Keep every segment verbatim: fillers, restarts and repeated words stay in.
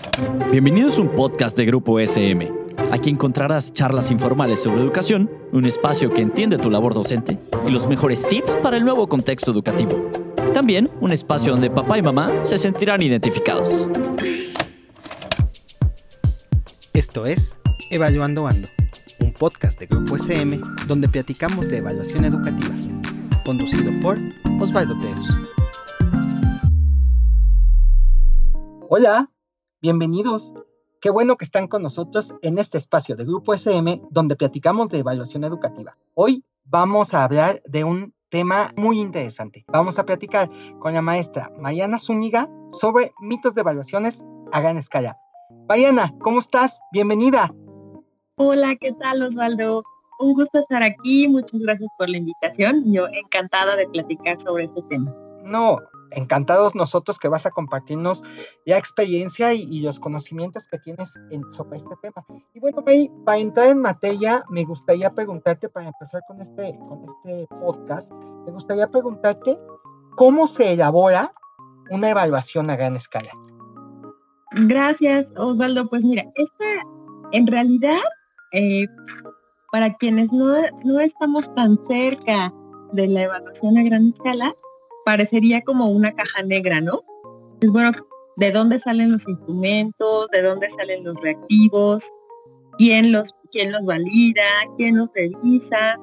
Bienvenidos a un podcast de Grupo S M. Aquí encontrarás charlas informales sobre educación, un espacio que entiende tu labor docente y los mejores tips para el nuevo contexto educativo. También un espacio donde papá y mamá se sentirán identificados. Esto es Evaluando Ando, un podcast de Grupo S M donde platicamos de evaluación educativa, conducido por Osvaldo Teos. Hola, bienvenidos. Qué bueno que están con nosotros en este espacio de Grupo S M donde platicamos de evaluación educativa. Hoy vamos a hablar de un tema muy interesante. Vamos a platicar con la maestra Mariana Zúñiga sobre mitos de evaluaciones a gran escala. Mariana, ¿cómo estás? Bienvenida. Hola, ¿qué tal, Osvaldo? Un gusto estar aquí, muchas gracias por la invitación. Yo encantada de platicar sobre este tema. No, encantados nosotros que vas a compartirnos la experiencia y, y los conocimientos que tienes en, sobre este tema. Y bueno, Mari, para entrar en materia, me gustaría preguntarte, para empezar con este, con este podcast, me gustaría preguntarte cómo se elabora una evaluación a gran escala. Gracias, Osvaldo. Pues mira, esta, en realidad, eh, para quienes no, no estamos tan cerca de la evaluación a gran escala, parecería como una caja negra, ¿no? Es bueno, ¿de dónde salen los instrumentos? ¿De dónde salen los reactivos? ¿Quién los, quién los valida? ¿Quién los revisa?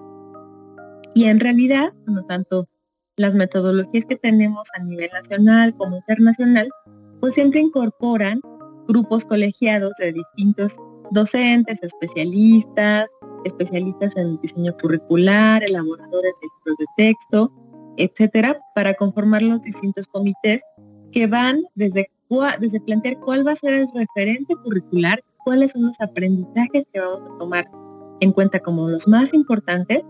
Y en realidad, no tanto las metodologías que tenemos a nivel nacional como internacional, pues siempre incorporan grupos colegiados de distintos docentes, especialistas, especialistas en el diseño curricular, elaboradores de libros de texto, etcétera, para conformar los distintos comités que van desde, desde plantear cuál va a ser el referente curricular, cuáles son los aprendizajes que vamos a tomar en cuenta como los más importantes,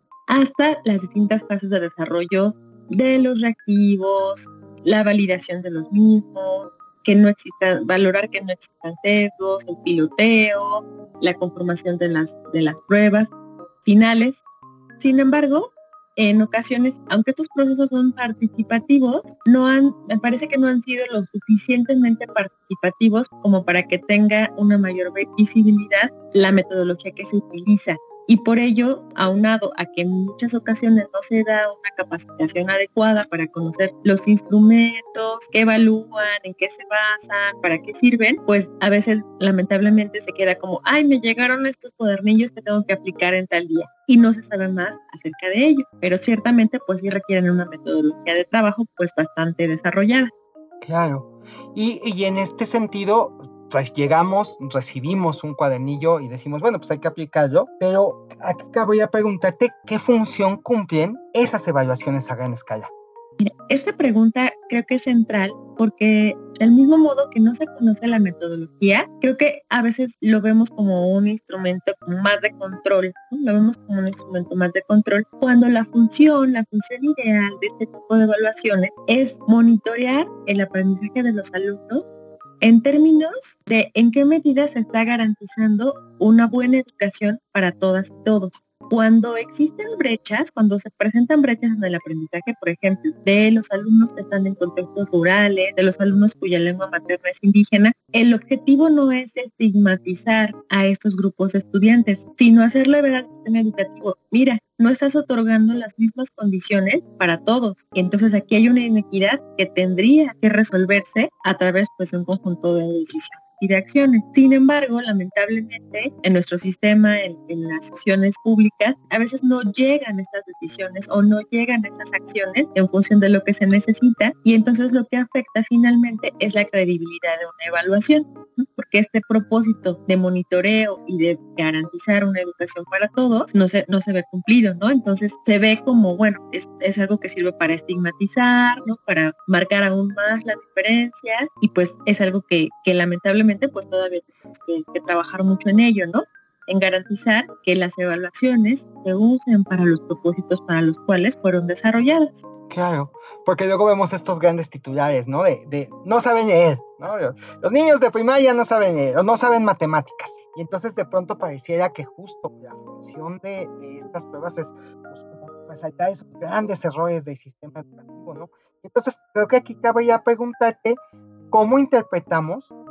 hasta las distintas fases de desarrollo de los reactivos, la validación de los mismos, que no exista, valorar que no existan sesgos, el piloteo, la conformación de las, de las pruebas finales. Sin embargo, en ocasiones, aunque estos procesos son participativos, no han, me parece que no han sido lo suficientemente participativos como para que tenga una mayor visibilidad la metodología que se utiliza. Y por ello, aunado a que en muchas ocasiones no se da una capacitación adecuada para conocer los instrumentos, qué evalúan, en qué se basan, para qué sirven, pues a veces lamentablemente se queda como, ay, me llegaron estos cuadernillos que tengo que aplicar en tal día. Y no se sabe más acerca de ello. Pero ciertamente pues sí requieren una metodología de trabajo pues bastante desarrollada. Claro. Y, y en este sentido, pues llegamos, recibimos un cuadernillo y decimos, bueno, pues hay que aplicarlo, pero aquí cabría preguntarte qué función cumplen esas evaluaciones a gran escala. Mira, esta pregunta creo que es central porque del mismo modo que no se conoce la metodología, creo que a veces lo vemos como un instrumento más de control, ¿no? Lo vemos como un instrumento más de control, cuando la función, la función ideal de este tipo de evaluaciones es monitorear el aprendizaje de los alumnos en términos de en qué medida se está garantizando una buena educación para todas y todos. Cuando existen brechas, cuando se presentan brechas en el aprendizaje, por ejemplo, de los alumnos que están en contextos rurales, de los alumnos cuya lengua materna es indígena, el objetivo no es estigmatizar a estos grupos de estudiantes, sino hacerle ver al sistema educativo, mira, no estás otorgando las mismas condiciones para todos. Y entonces aquí hay una inequidad que tendría que resolverse a través pues, de un conjunto de decisiones y de acciones. Sin embargo, lamentablemente, en nuestro sistema, en, en las acciones públicas, a veces no llegan estas decisiones o no llegan esas acciones en función de lo que se necesita, y entonces lo que afecta finalmente es la credibilidad de una evaluación, ¿no? Porque este propósito de monitoreo y de garantizar una educación para todos no se, no se ve cumplido, ¿no? Entonces se ve como, bueno, es, es algo que sirve para estigmatizar, ¿no? Para marcar aún más las diferencias, y pues es algo que, que lamentablemente pues todavía tenemos que, que trabajar mucho en ello, ¿no? En garantizar que las evaluaciones se usen para los propósitos para los cuales fueron desarrolladas. Claro, porque luego vemos estos grandes titulares, ¿no? De, de no saben leer, ¿no? Los niños de primaria no saben leer o no saben matemáticas. Y entonces de pronto pareciera que justo la función de, de estas pruebas es pues, resaltar esos grandes errores del sistema educativo, ¿no? Entonces creo que aquí cabría preguntarte cómo interpretamos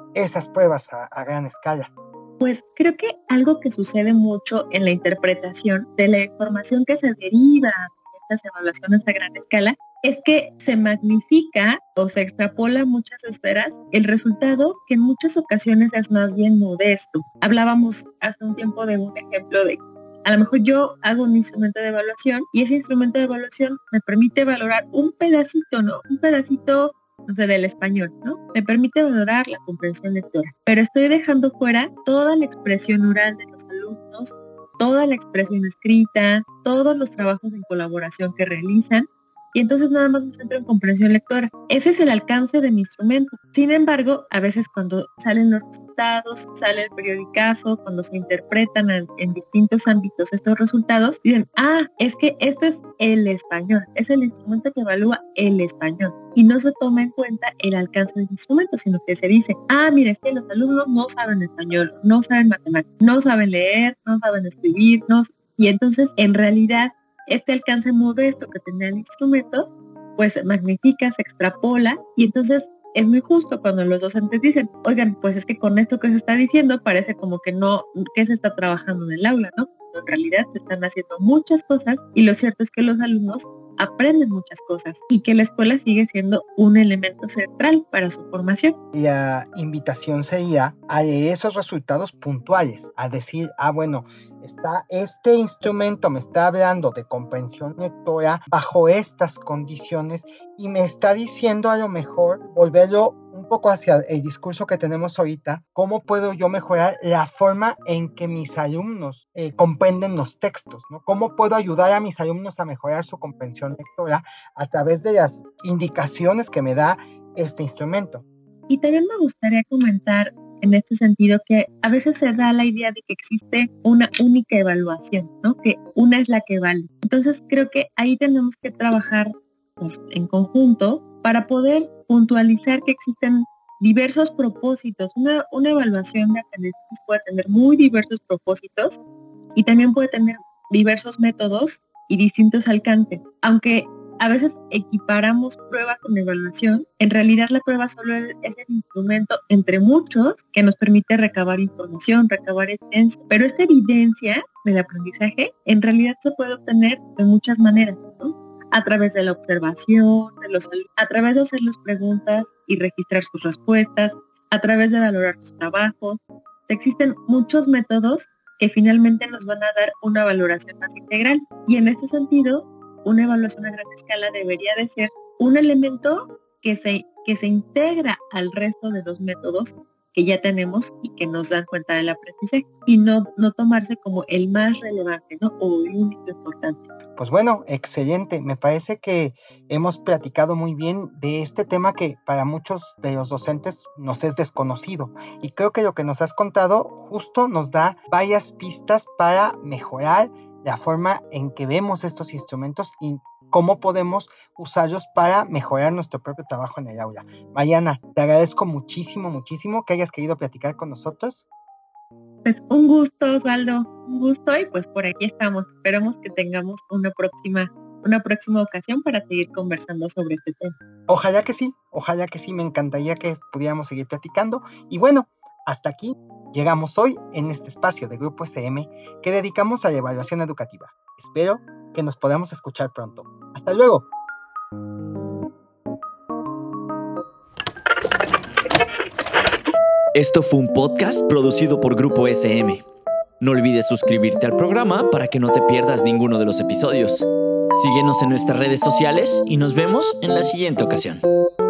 esas pruebas a, a gran escala? Pues creo que algo que sucede mucho en la interpretación de la información que se deriva de estas evaluaciones a gran escala es que se magnifica o se extrapola a muchas esferas el resultado, que en muchas ocasiones es más bien modesto. Hablábamos hace un tiempo de un ejemplo de, a lo mejor yo hago un instrumento de evaluación y ese instrumento de evaluación me permite valorar un pedacito, ¿no? Un pedacito, no sé, del español, ¿no? Me permite valorar la comprensión lectora, pero estoy dejando fuera toda la expresión oral de los alumnos, toda la expresión escrita, todos los trabajos en colaboración que realizan, y entonces nada más me centro en comprensión lectora. Ese es el alcance de mi instrumento. Sin embargo, a veces cuando salen los resultados, sale el periodicazo, cuando se interpretan en, en distintos ámbitos estos resultados, dicen, ah, es que esto es el español, es el instrumento que evalúa el español. Y no se toma en cuenta el alcance del instrumento, sino que se dice, ah, mira, es que los alumnos no saben español, no saben matemáticas, no saben leer, no saben escribir, no... y entonces en realidad este alcance modesto que tenía el instrumento, pues se magnifica, se extrapola, y entonces es muy justo cuando los docentes dicen, oigan, pues es que con esto que se está diciendo parece como que no, que se está trabajando en el aula, ¿no? En realidad se están haciendo muchas cosas y lo cierto es que los alumnos aprenden muchas cosas y que la escuela sigue siendo un elemento central para su formación. La invitación sería a esos resultados puntuales, a decir, ah, bueno, está, este instrumento me está hablando de comprensión lectora bajo estas condiciones y me está diciendo a lo mejor volverlo un poco hacia el discurso que tenemos ahorita, cómo puedo yo mejorar la forma en que mis alumnos eh, comprenden los textos, ¿no? Cómo puedo ayudar a mis alumnos a mejorar su comprensión lectora a través de las indicaciones que me da este instrumento. Y también me gustaría comentar en este sentido que a veces se da la idea de que existe una única evaluación, ¿no? Que una es la que vale. Entonces creo que ahí tenemos que trabajar, pues, en conjunto para poder puntualizar que existen diversos propósitos. Una, una evaluación de aprendizaje puede tener muy diversos propósitos y también puede tener diversos métodos y distintos alcances. Aunque a veces equiparamos prueba con evaluación, en realidad la prueba solo es, es el instrumento entre muchos que nos permite recabar información, recabar evidencia, pero esta evidencia del aprendizaje en realidad se puede obtener de muchas maneras, ¿no? A través de la observación, de los, a través de hacerles preguntas y registrar sus respuestas, a través de valorar sus trabajos. Existen muchos métodos que finalmente nos van a dar una valoración más integral, y en este sentido una evaluación a gran escala debería de ser un elemento que se, que se integra al resto de los métodos que ya tenemos y que nos dan cuenta del aprendizaje, y no, no tomarse como el más relevante, ¿no? O el único importante. Pues bueno, excelente. Me parece que hemos platicado muy bien de este tema que para muchos de los docentes nos es desconocido. Y creo que lo que nos has contado justo nos da varias pistas para mejorar la forma en que vemos estos instrumentos y cómo podemos usarlos para mejorar nuestro propio trabajo en el aula. Mariana, te agradezco muchísimo, muchísimo que hayas querido platicar con nosotros. Pues un gusto, Osvaldo, un gusto, y pues por aquí estamos. Esperamos que tengamos una próxima, una próxima ocasión para seguir conversando sobre este tema. Ojalá que sí, ojalá que sí, me encantaría que pudiéramos seguir platicando. Y bueno, hasta aquí llegamos hoy en este espacio de Grupo S M que dedicamos a la evaluación educativa. Espero que nos podamos escuchar pronto. ¡Hasta luego! Esto fue un podcast producido por Grupo S M. No olvides suscribirte al programa para que no te pierdas ninguno de los episodios. Síguenos en nuestras redes sociales y nos vemos en la siguiente ocasión.